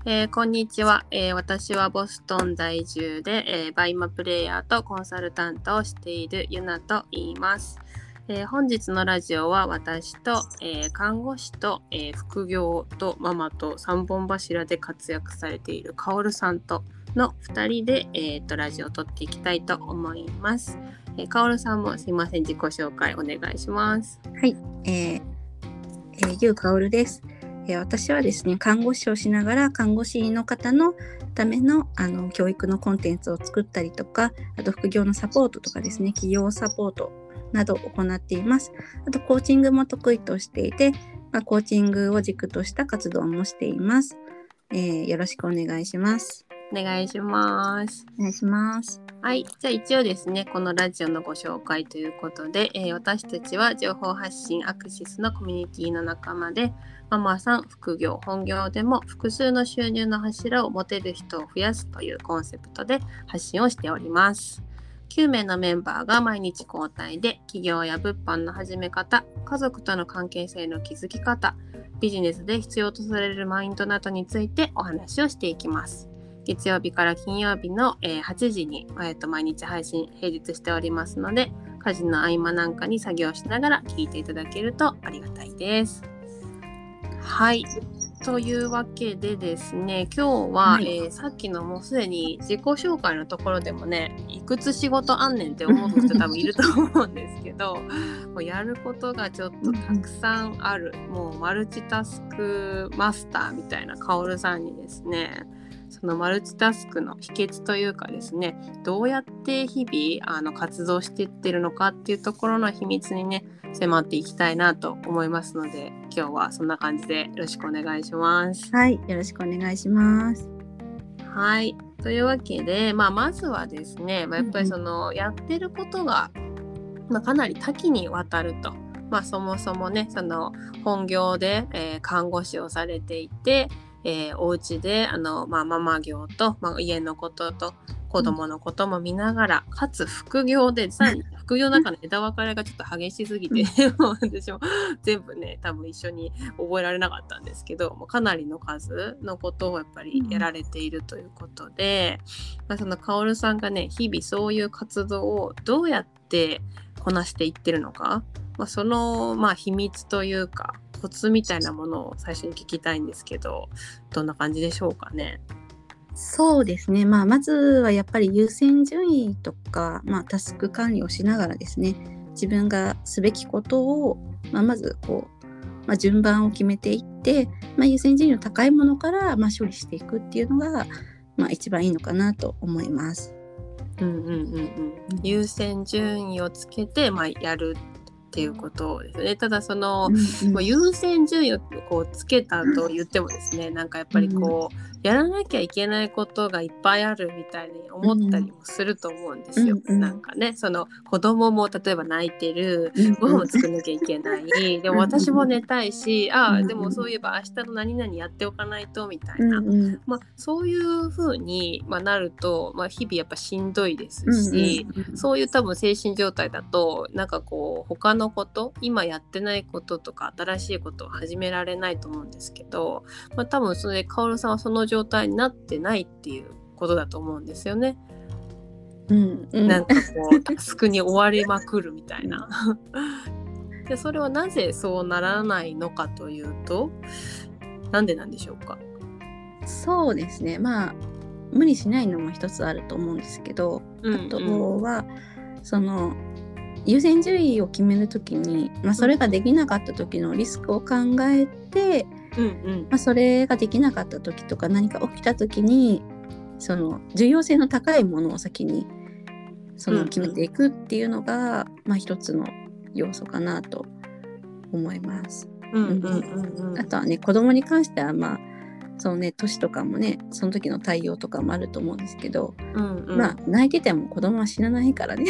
こんにちは、私はボストン在住で、バイマプレイヤーとコンサルタントをしているユナと言います。本日のラジオは私と、看護師と、副業とママと3本柱で活躍されているカオルさんとの2人で、ラジオを撮っていきたいと思います。カオルさんもすいません、自己紹介お願いします。 はい、ゆうかおるです。私はですね、看護師をしながら看護師の方のための教育のコンテンツを作ったりとか、あと副業のサポートとかですね、企業サポートなどを行っています。あとコーチングも得意としていて、コーチングを軸とした活動もしています。よろしくお願いします。 お願いします。 お願いします。 はい、じゃあ一応ですね、このラジオのご紹介ということで、私たちは情報発信アクシスのコミュニティの仲間で、ママさん、副業、本業でも複数の収入の柱を持てる人を増やすというコンセプトで発信をしております。9名のメンバーが毎日交代で企業や物販の始め方、家族との関係性の築き方、ビジネスで必要とされるマインドなどについてお話をしていきます。月曜日から金曜日の8時に毎日配信平日しておりますので、家事の合間なんかに作業しながら聞いていただけるとありがたいです。はい、というわけでですね、今日は、 はい、 さっきのもうすでに自己紹介のところでもね、いくつ仕事あんねんって思う人多分いると思うんですけどもうやることがちょっとたくさんある、もうマルチタスクマスターみたいなカオルさんにですね、そのマルチタスクの秘訣というかですね、どうやって日々活動していってるのかっていうところの秘密にね、迫っていきたいなと思いますので、今日はそんな感じでよろしくお願いします。 はい、よろしくお願いします。 はい、というわけで、まずはですね、やっぱりそのやってることが、かなり多岐にわたると。そもそもね、その本業で、看護師をされていて、お家でママ業と、家のことと子供のことも見ながら、かつ副業でさらに副業の中の枝分かれがちょっと激しすぎてもう私も全部ね多分一緒に覚えられなかったんですけど、もうかなりの数のことをやっぱりやられているということで、そのカオルさんがね、日々そういう活動をどうやってこなしていってるのか、その秘密というかコツみたいなものを最初に聞きたいんですけど、どんな感じでしょうかね。 そうですね、まずはやっぱり優先順位とか、タスク管理をしながらですね、自分がすべきことを、まず順番を決めていって、優先順位の高いものから、処理していくっていうのが、一番いいのかなと思います。 優先順位をつけて、やるっていうことですね。ただその、優先順位をこうつけたと言ってもですね、なんかやっぱりこう、やらなきゃいけないことがいっぱいあるみたいに思ったりもすると思うんですよ。なんかね、その子供も例えば泣いてる、ご飯を作んなきゃいけない、でも私も寝たいし、でもそういえば明日の何々やっておかないとみたいな、そういう風に、なると、日々やっぱしんどいですし、そういう多分精神状態だとなんかこう他のこと、今やってないこととか新しいことを始められないと思うんですけど、多分それカオルさんはその状態になってないっていうことだと思うんですよね。なんかこうタスクに追われまくるみたいなでそれはなぜそうならないのかというと、なんでなんでしょうか。 そうですね、無理しないのも一つあると思うんですけど、あとはその優先順位を決めるときに、それができなかった時のリスクを考えて、それができなかった時とか何か起きた時にその重要性の高いものを先に決めていくっていうのが、一つの要素かなと思います。あとはね、子供に関してはそのね、年とかもね、その時の対応とかもあると思うんですけど、泣いてても子供は死なないからね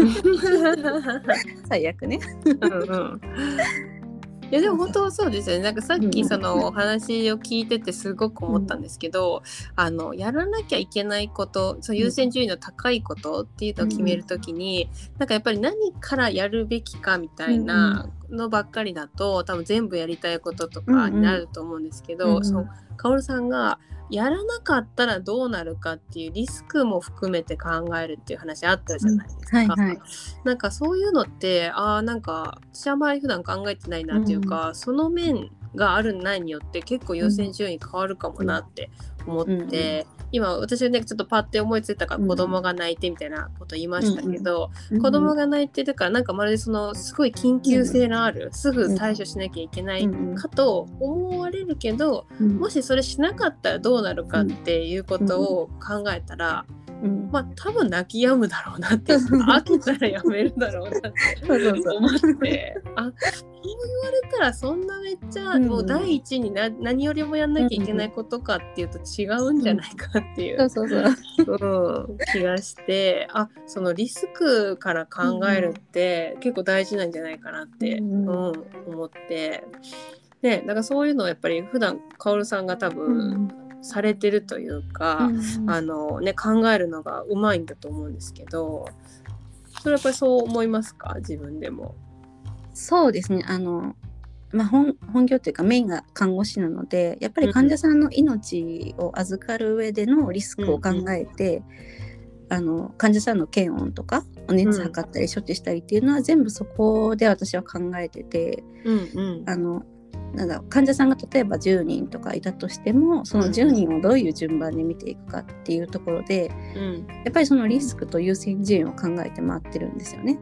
最悪ねいやでも本当はそうですよね。なんかさっきそのお話を聞いててすごく思ったんですけど、やらなきゃいけないこと、その優先順位の高いことっていうのを決めるときに、なんかやっぱり何からやるべきかみたいなのばっかりだと、多分全部やりたいこととかになると思うんですけど、そのカオルさんがやらなかったらどうなるかっていうリスクも含めて考えるっていう話あったじゃないですか。 はいはい、 なんかそういうのってなんか私あんまり普段考えてないなっていうか、その面があるないによって結構優先順位変わるかもなって思って、今私はねちょっとパッて思いついたから子供が泣いてみたいなこと言いましたけど、子供が泣いてるからなんかまるでそのすごい緊急性のある、すぐ対処しなきゃいけないかと思われるけど、もしそれしなかったらどうなるかっていうことを考えたら、まあ多分泣き止むだろうなって飽きたらやめるだろうなって思ってそう言われたらそんなめっちゃもう第一に何よりもやんなきゃいけないことかっていうと違うんじゃないかっていう気がして、そのリスクから考えるって結構大事なんじゃないかなって、思って、ね、だからそういうのをやっぱり普段カオルさんが多分、されてるというか、考えるのがうまいんだと思うんですけど、それはやっぱりそう思いますか、自分でも。 そうですね、本業というかメインが看護師なので、やっぱり患者さんの命を預かる上でのリスクを考えて、患者さんの検温とかお熱測ったり処置したりっていうのは全部そこで私は考えてて、患者さんが例えば10人とかいたとしても、その10人をどういう順番で見ていくかっていうところで、やっぱりそのリスクと優先順位を考えて回ってるんですよね。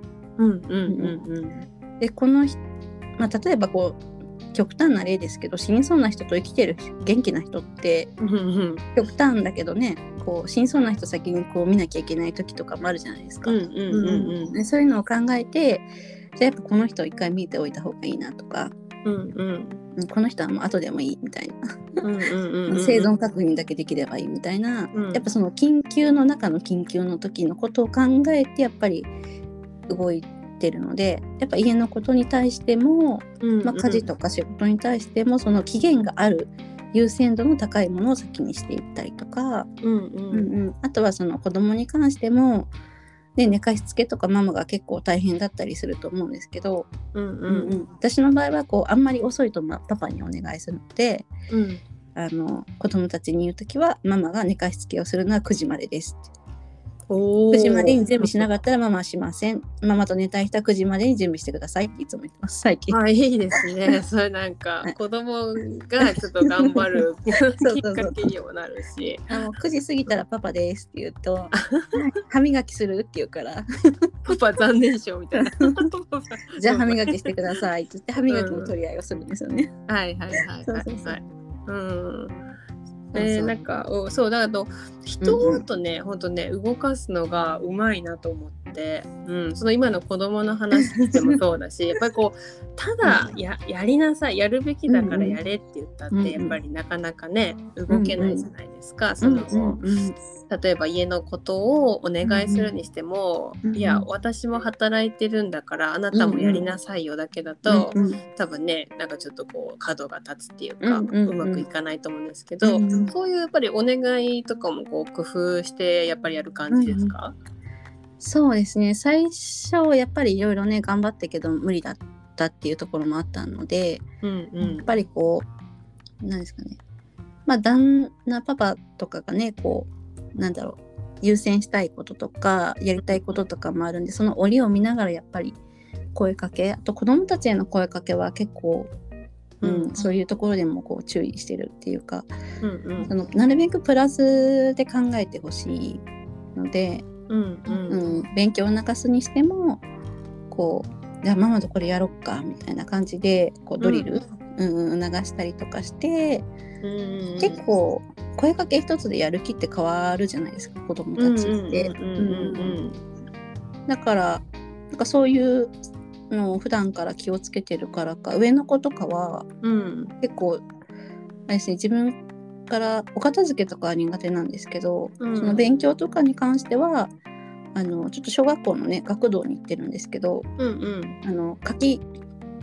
でこの例えばこう極端な例ですけど、死にそうな人と生きてる元気な人って極端だけどね、こう死にそうな人先にこう見なきゃいけない時とかもあるじゃないですか。でそういうのを考えて、じゃあやっぱこの人を一回見ておいた方がいいなとか、この人はもう後でもいいみたいな生存確認だけできればいいみたいな、やっぱその緊急の中の緊急の時のことを考えてやっぱり動いてるので、やっぱ家のことに対しても、家事とか仕事に対してもその期限がある優先度の高いものを先にしていったりとか、あとはその子供に関しても寝かしつけとかママが結構大変だったりすると思うんですけど、私の場合はこうあんまり遅いとパパにお願いするので、子供たちに言うときはママが寝かしつけをするのは9時までですって。9時までに準備しなかったらママはしません。ママと寝たい人は9時までに準備してくださいっていつも言ってます、最近。 いいですね。それなんか子供がちょっと頑張るきっかけにもなるし。 9時過ぎたらパパですって言うと歯磨きするって言うからパパ残念賞みたいなじゃあ歯磨きしてくださいって言って歯磨きの取り合いをするんですよね。 なんかそうだから人とね、本当ね動かすのがうまいなと思って、その今の子供の話でもそうだしやっぱりこうただ やりなさい、やるべきだからやれって言ったってやっぱりなかなかね動けないじゃないですか。その例えば家のことをお願いするにしても、いや私も働いてるんだからあなたもやりなさいよだけだと、多分ねなんかちょっとこう角が立つっていうか、うまくいかないと思うんですけど、そういうやっぱりお願いとかもこう工夫してやっぱりやる感じですか？ そうですね、最初やっぱりいろいろね頑張ったけど無理だったっていうところもあったので、やっぱりこう何ですかね、旦那パパとかがねこう優先したいこととかやりたいこととかもあるんで、その折を見ながらやっぱり声かけ、あと子どもたちへの声かけは結構、そういうところでもこう注意してるっていうか、なるべくプラスで考えてほしいので、勉強を促すにしてもこうじゃあママとこれやろっかみたいな感じでこうドリル、促したりとかして、結構声かけ一つでやる気って変わるじゃないですか、子供たちって。だからなんかそういうのを普段から気をつけてるからか、上の子とかは、結構あれですね、自分からお片付けとかは苦手なんですけど、その勉強とかに関してはちょっと小学校のね学童に行ってるんですけど、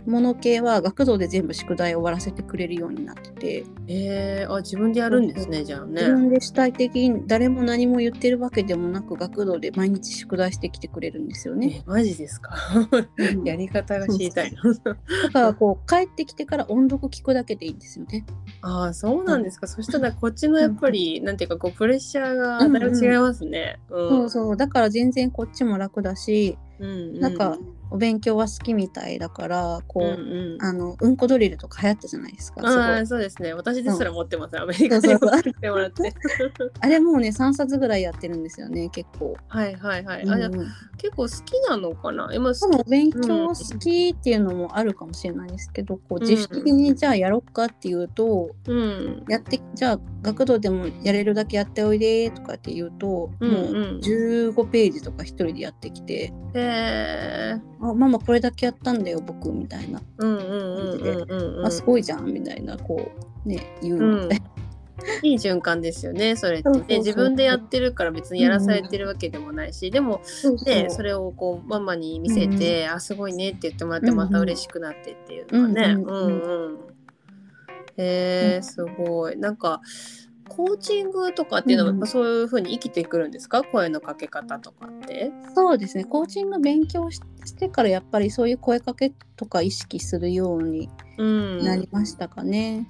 もの系は学童で全部宿題を終わらせてくれるようになってて、 自分でやるんですね。じゃあね。 自分で主体的に誰も何も言ってるわけでもなく学童で毎日宿題してきてくれるんですよね。 マジですか。やり方が知りたいな。 だからこう帰ってきてから音読聞くだけでいいんですよね。 そうなんですか。そしたらこっちのやっぱり、なんていうかこうプレッシャーがだいぶ違いますね。 そうだから全然こっちも楽だし、なんかお勉強は好きみたいだからこう、うんこドリルとか流行ったじゃないですか。 そうですね。私ですら持ってます。アメリカに持ってきてもらって。 あれもうね3冊ぐらいやってるんですよね結構。 はい。結構好きなのかな。 お勉強好きっていうのもあるかもしれないですけど、こう自主的にじゃあやろっかっていうと、じゃあ学童でもやれるだけやっておいでとかって言うと、もう15ページとか一人でやってきて、ママこれだけやったんだよ僕みたいな感じで、すごいじゃんみたいなこうね言うので、 いい循環ですよねそれってね。自分でやってるから別にやらされてるわけでもないし、でもねそれをこうママに見せて、すごいねって言ってもらってまた嬉しくなってっていうのはね。すごい。なんかコーチングとかっていうのはやっぱそういう風に生きてくるんですか？声のかけ方とかって。 そうですね。コーチング勉強してからやっぱりそういう声かけとか意識するようになりましたかね。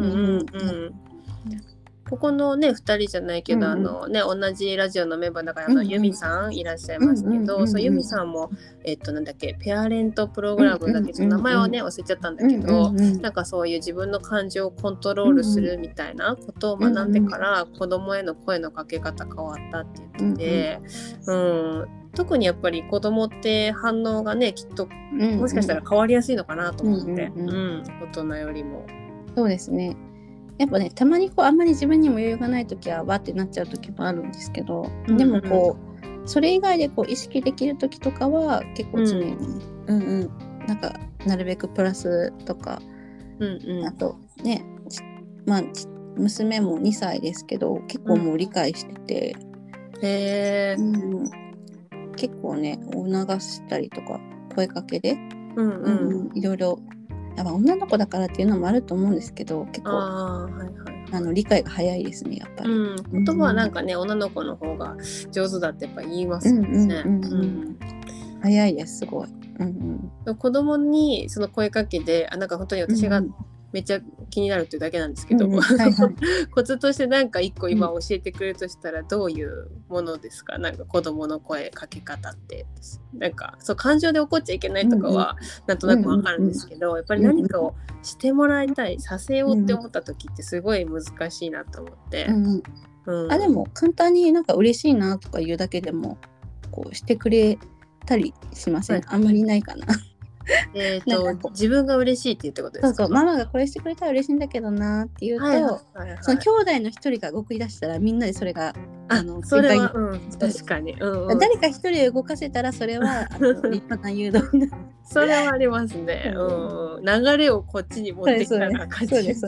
ここのね2人じゃないけど、同じラジオのメンバーだからユミさんいらっしゃいますけど、そうユミさんもなんだっけペアレントプログラムだっけ、その名前をね忘れちゃったんだけど、なんかそういう自分の感情をコントロールするみたいなことを学んでから子供への声のかけ方変わったって言ってて、特にやっぱり子供って反応がねきっともしかしたら変わりやすいのかなと思って、大人よりも。 そうですね。やっぱねたまにこうあんまり自分にも余裕がない時はわってなっちゃう時もあるんですけど、でもこうそれ以外でこう意識できる時とかは結構常に、なんかなるべくプラスとか、あとね娘も2歳ですけど結構もう理解してて、結構ね促したりとか声かけで、いろいろやっぱ女の子だからっていうのもあると思うんですけど結構理解が早いですねやっぱり。 言葉はなんかね女の子の方が上手だってやっぱ言いますよね。 早いですすごい。 子供にその声かけでなんか本当に私がめっちゃ気になるっていうだけなんですけど、コツとしてなんか一個今教えてくれるとしたらどういうものですか？なんか子供の声かけ方ってなんかそう感情で怒っちゃいけないとかはなんとなくわかるんですけど、やっぱり何かをしてもらいたいさせようって思った時ってすごい難しいなと思って、 でも簡単になんか嬉しいなとか言うだけでもこうしてくれたりしません？あんまりないかな。 自分が嬉しいって言ったことですか？ ママがこれしてくれたら嬉しいんだけどなって言うと、その兄弟の一人が動き出したらみんなでそれがそれは確かに、 誰か一人動かせたらそれは立派な誘導になる。 それはありますね。流れをこっちに持ってきたら勝ち。そうです。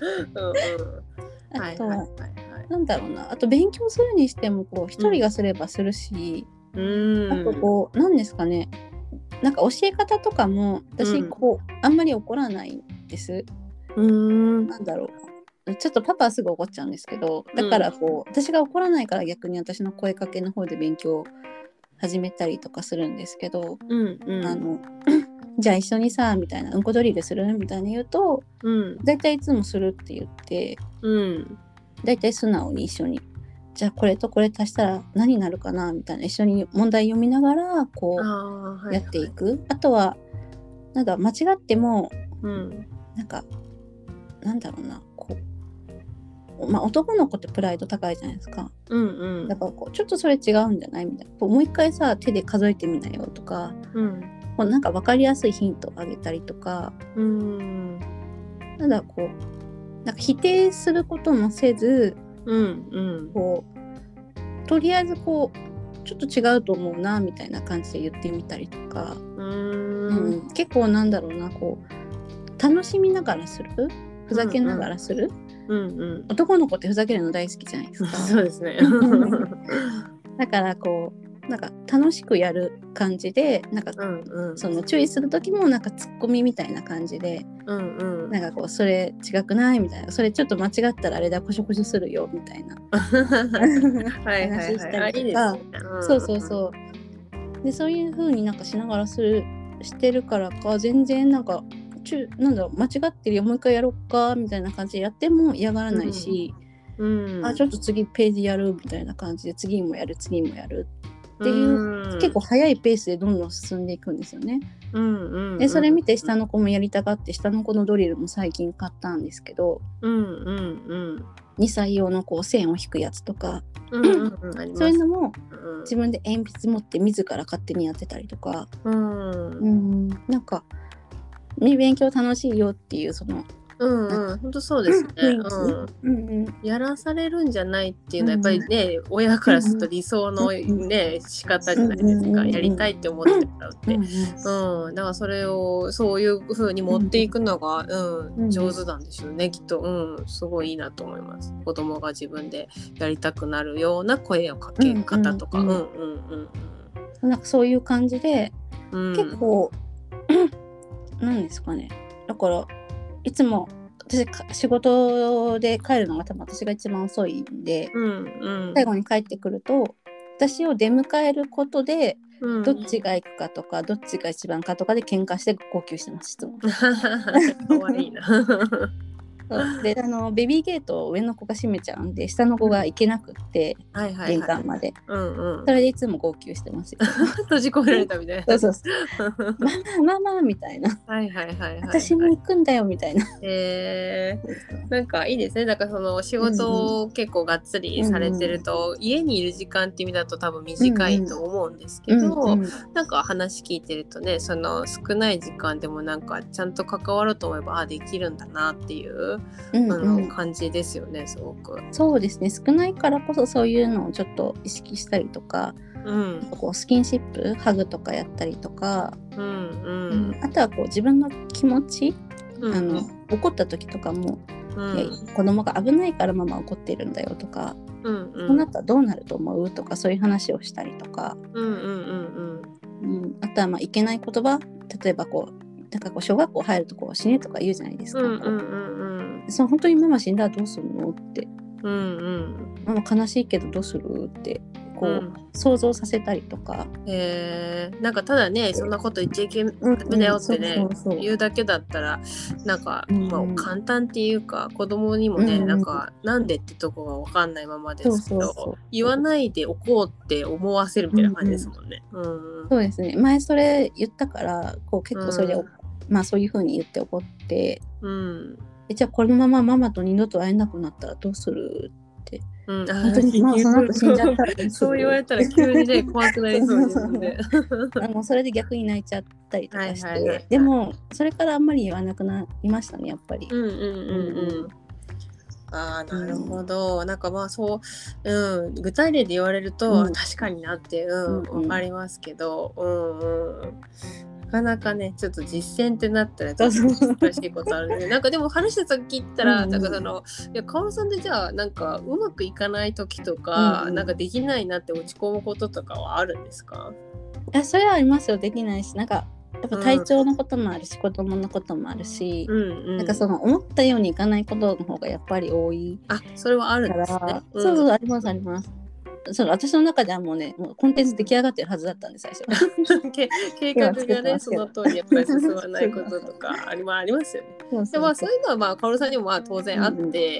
あとはなんだろうな、あと勉強するにしてもこう一人がすればするし、あとこうなんですかね。なんか教え方とかも私こう、あんまり怒らないんです。なんだろう、ちょっとパパはすぐ怒っちゃうんですけど、だからこう、私が怒らないから逆に私の声かけの方で勉強始めたりとかするんですけど、じゃあ一緒にさみたいなうんこドリルするみたいに言うと、だいたいいつもするって言って、だいたい素直に一緒にじゃあこれとこれ足したら何になるかなみたいな一緒に問題読みながらこうやっていく。あとはなんか間違っても、なんかなんだろうなこう、男の子ってプライド高いじゃないですか。だからこうちょっとそれ違うんじゃないみたいな、こうもう一回さ手で数えてみなよとか、こうなんか分かりやすいヒントをあげたりとか、ただこうなんか否定することもせず、こうとりあえずこうちょっと違うと思うなみたいな感じで言ってみたりとか、結構なんだろうなこう楽しみながらする、ふざけながらする、男の子ってふざけるの大好きじゃないですか。 そうですね。 だからこなんか楽しくやる感じで、なんか、その注意する時もなんかツッコミみたいな感じで、なんかこうそれ違くないみたいな、それちょっと間違ったらあれだ、コショコショするよみたいな話したりとか、そうそうそうで、そういう風になんかしながらしてるからか、全然なんかなんだろう、間違ってるよ、もう一回やろうかみたいな感じでやっても嫌がらないし、あ、ちょっと次ページやるみたいな感じで次もやるっていう、結構早いペースでどんどん進んでいくんですよね。でそれ見て下の子もやりたがって、下の子のドリルも最近買ったんですけど、2歳用のこう線を引くやつとか、そういうのも自分で鉛筆持って自ら勝手にやってたりとか、なんか勉強楽しいよっていう、その本当そうですね。やらされるんじゃないっていうのはやっぱりね、親からすると理想のね、仕方じゃないですか。やりたいって思ってたって、だからそれをそういう風に持っていくのが、上手なんでしょうね、きっと。すごいいいなと思います。子供が自分でやりたくなるような声をかけ方とか、 なんかそういう感じで、結構なんですかね。だからいつも私仕事で帰るのが多分私が一番遅いんで、最後に帰ってくると私を出迎えることで、どっちが行くかとかどっちが一番かとかで喧嘩して号泣してます、いつも。 かわいいな。 でベビーゲートを上の子が閉めちゃうんで下の子が行けなくって、玄関まで、それでいつも号泣してますよ。 閉じ込められたみたいな。 そうママみたいな、私も行くんだよみたいな。 なんかいいですね。だからその仕事を結構がっつりされてると、家にいる時間って意味だと多分短いと思うんですけど、なんか話聞いてるとね、その少ない時間でもなんかちゃんと関わろうと思えばできるんだなっていう感じですよね、すごく。 そうですね、少ないからこそそういうのをちょっと意識したりとか、こうスキンシップハグとかやったりとか、あとはこう自分の気持ち、怒った時とかも、子供が危ないからママ怒ってるんだよとか、そうなったらどうなると思うとか、そういう話をしたりとか、あとはまあいけない言葉、例えばこうなんかこう小学校入るとこう死ねとか言うじゃないですか。そう本当にママ死んだらどうするのって、ママ悲しいけどどうするってこう、想像させたりとか。 なんかただね、そんなこと言っちゃいけないだよってね、言うだけだったらなんか、簡単っていうか子供にもね、なんかなんでってとこが分かんないままですけど、言わないでおこうって思わせるみたいな感じですもんね。 そうですね、前それ言ったからこう結構それで、そういう風に言って怒って、じゃあこのままママと二度と会えなくなったらどうするって、本当にその後死んじゃったらそう言われたら急にね怖くなりそうですね。 それで逆に泣いちゃったりとかして、でもそれからあんまり言わなくなりましたね、やっぱり。 なるほど。なんかまあそう、具体例で言われると、確かになって、分かりますけど、なかなかねちょっと実践ってなったら難しいことあるね。なんかでも話した時言ったら、なんかいやカオルさんでじゃあなんかうまくいかない時とか、なんかできないなって落ち込むこととかはあるんですか？ それはありますよ。できないし、なんかやっぱ体調のこともあるし、子供のこともあるし、なんかその思ったようにいかないことの方がやっぱり多い。 それはあるんですね。 そうありますあります。私の中ではもうね、もうコンテンツ出来上がってるはずだったんで、最初計画がねその通りやっぱり進まないこととかありますよね。でもそういうのはまあカオルさんにもまあ当然あって、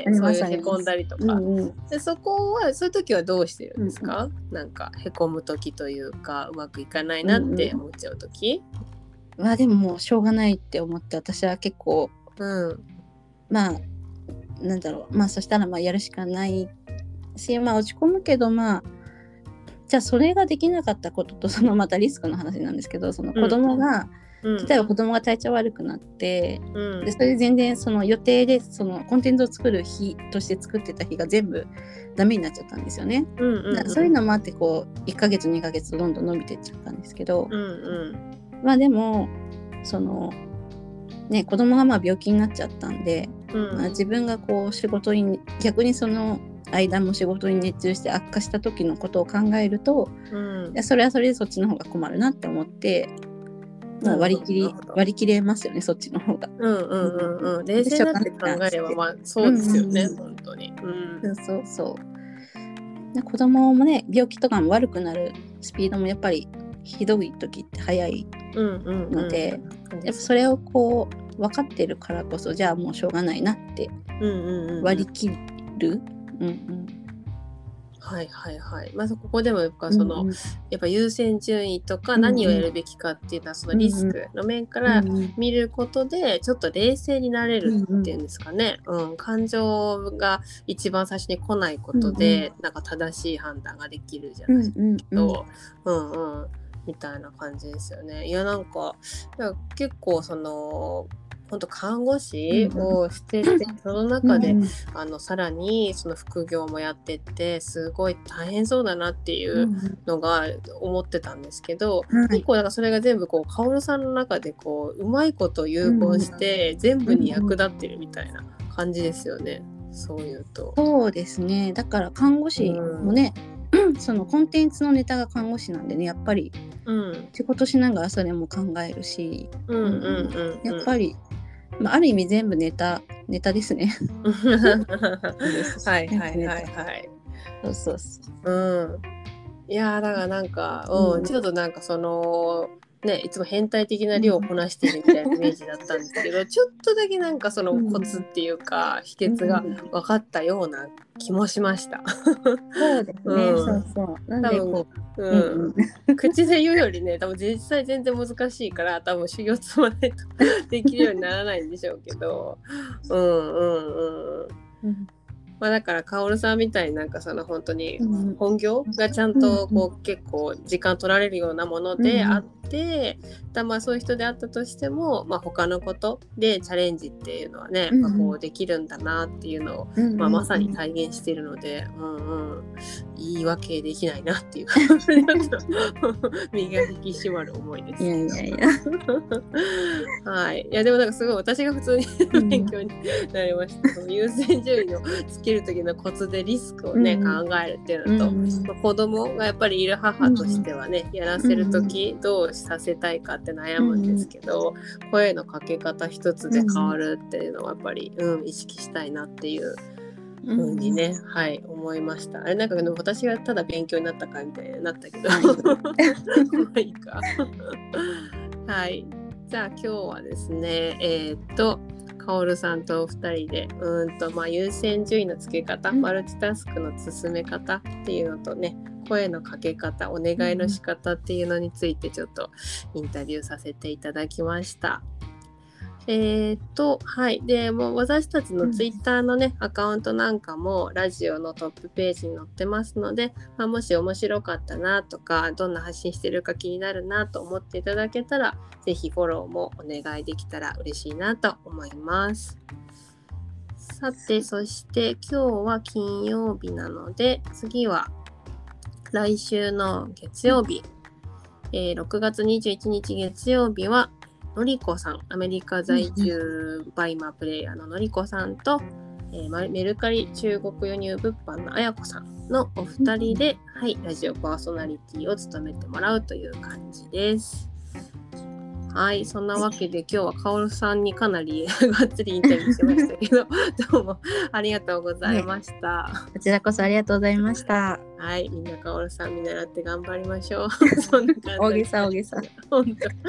そういうへこんだりとか、でそこはそういう時はどうしてるんですか？なんかへこむ時というか、うまくいかないなって思っちゃう時でももうしょうがないって思って、私は結構、なんだろう、そしたらやるしかないし、落ち込むけど、じゃあそれができなかったことと、そのまたリスクの話なんですけど、その子供が、例えば子供が体調悪くなって、でそれで全然その予定でそのコンテンツを作る日として作ってた日が全部ダメになっちゃったんですよね。そういうのもあってこう1ヶ月2ヶ月どんどん伸びてっちゃったんですけど、でもそのね、子供が病気になっちゃったんで、自分がこう仕事に逆にその間も仕事に熱中して悪化した時のことを考えると、いやそれはそれでそっちの方が困るなって思って、もう割り切れますよね、そっちの方が。 冷静になって考えればまあそうですよね、本当に。 で子供もね、病気とかも悪くなるスピードもやっぱりひどい時って早いので、やっぱそれをこう分かってるからこそ、じゃあもうしょうがないなって割り切る。 はいはいはい。まずここでもやっぱその、やっぱ優先順位とか何をやるべきかっていうのはそのリスクの面から見ることでちょっと冷静になれるっていうんですかね。感情が一番最初に来ないことで、なんか正しい判断ができるじゃないですか。みたいな感じですよね。いやなんか結構その本当看護師をしてて、その中でさらにその副業もやってってすごい大変そうだなっていうのが思ってたんですけど、結構なんかそれが全部こう薫さんの中でこううまいこと融合して全部に役立ってるみたいな感じですよね。そういうと。 そうですね。だから看護師もね、そのコンテンツのネタが看護師なんでね、やっぱり仕事しながらそれも考えるし、やっぱりある意味全部ネタですね。 はいはいはいはい。そう。いやだからなんか、ちょっとなんかそのね、いつも変態的な量をこなしているみたいなイメージだったんですけど、ちょっとだけなんかそのコツっていうか秘訣が分かったような気もしました。 そうですね。なんでこう口で言うよりね、多分実際全然難しいから多分修行積まないとできるようにならないんでしょうけど、まあ、だから薫さんみたいになんかその本当に本業がちゃんとこう結構時間取られるようなものであって、まあそういう人であったとしても、まあ、他のことでチャレンジっていうのはね、まあ、こうできるんだなっていうのを、まあ、まさに体現しているので、言い訳できないなっていう身が引き締まる思いです。はい。いやでもなんかすごい私が普通に勉強になりました。優先順位をつける時のコツでリスクをね、考えるっていうのと、まあ、子供がやっぱりいる母としてはね、やらせる時どうさせたいかって悩むんですけど、声のかけ方一つで変わるっていうのはやっぱり、意識したいなっていう風にね、思いました。あれなんかでも私がただ勉強になったかみたいになったけど、まあいいか。はい。じゃあ今日はですね、薫さんとお二人でまあ、優先順位のつけ方、マルチタスクの進め方っていうのとね、声のかけ方、お願いの仕方っていうのについてちょっとインタビューさせていただきました。はい。で、もう私たちのツイッターのね、アカウントなんかもラジオのトップページに載ってますので、まあ、もし面白かったなとか、どんな発信してるか気になるなと思っていただけたら、ぜひフォローもお願いできたら嬉しいなと思います。さて、そして今日は金曜日なので、次は来週の月曜日、6月21日月曜日は、のりこさん、アメリカ在住バイマープレイヤーののりこさんと、メルカリ中国輸入物販のあやこさんのお二人で、ラジオパーソナリティを務めてもらうという感じです。はい、そんなわけで今日は薫さんにかなりがっつりインタビューしましたけどどうもありがとうございました。 こちらこそありがとうございました。 はい、みんな薫さん見習って頑張りましょう。そんな感じ。 大げさ。 本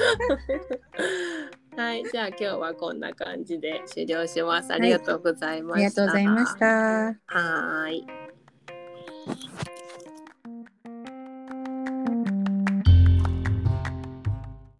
当。はい、じゃあ今日はこんな感じで終了します。ありがとうございました。 ありがとうございました。 はい。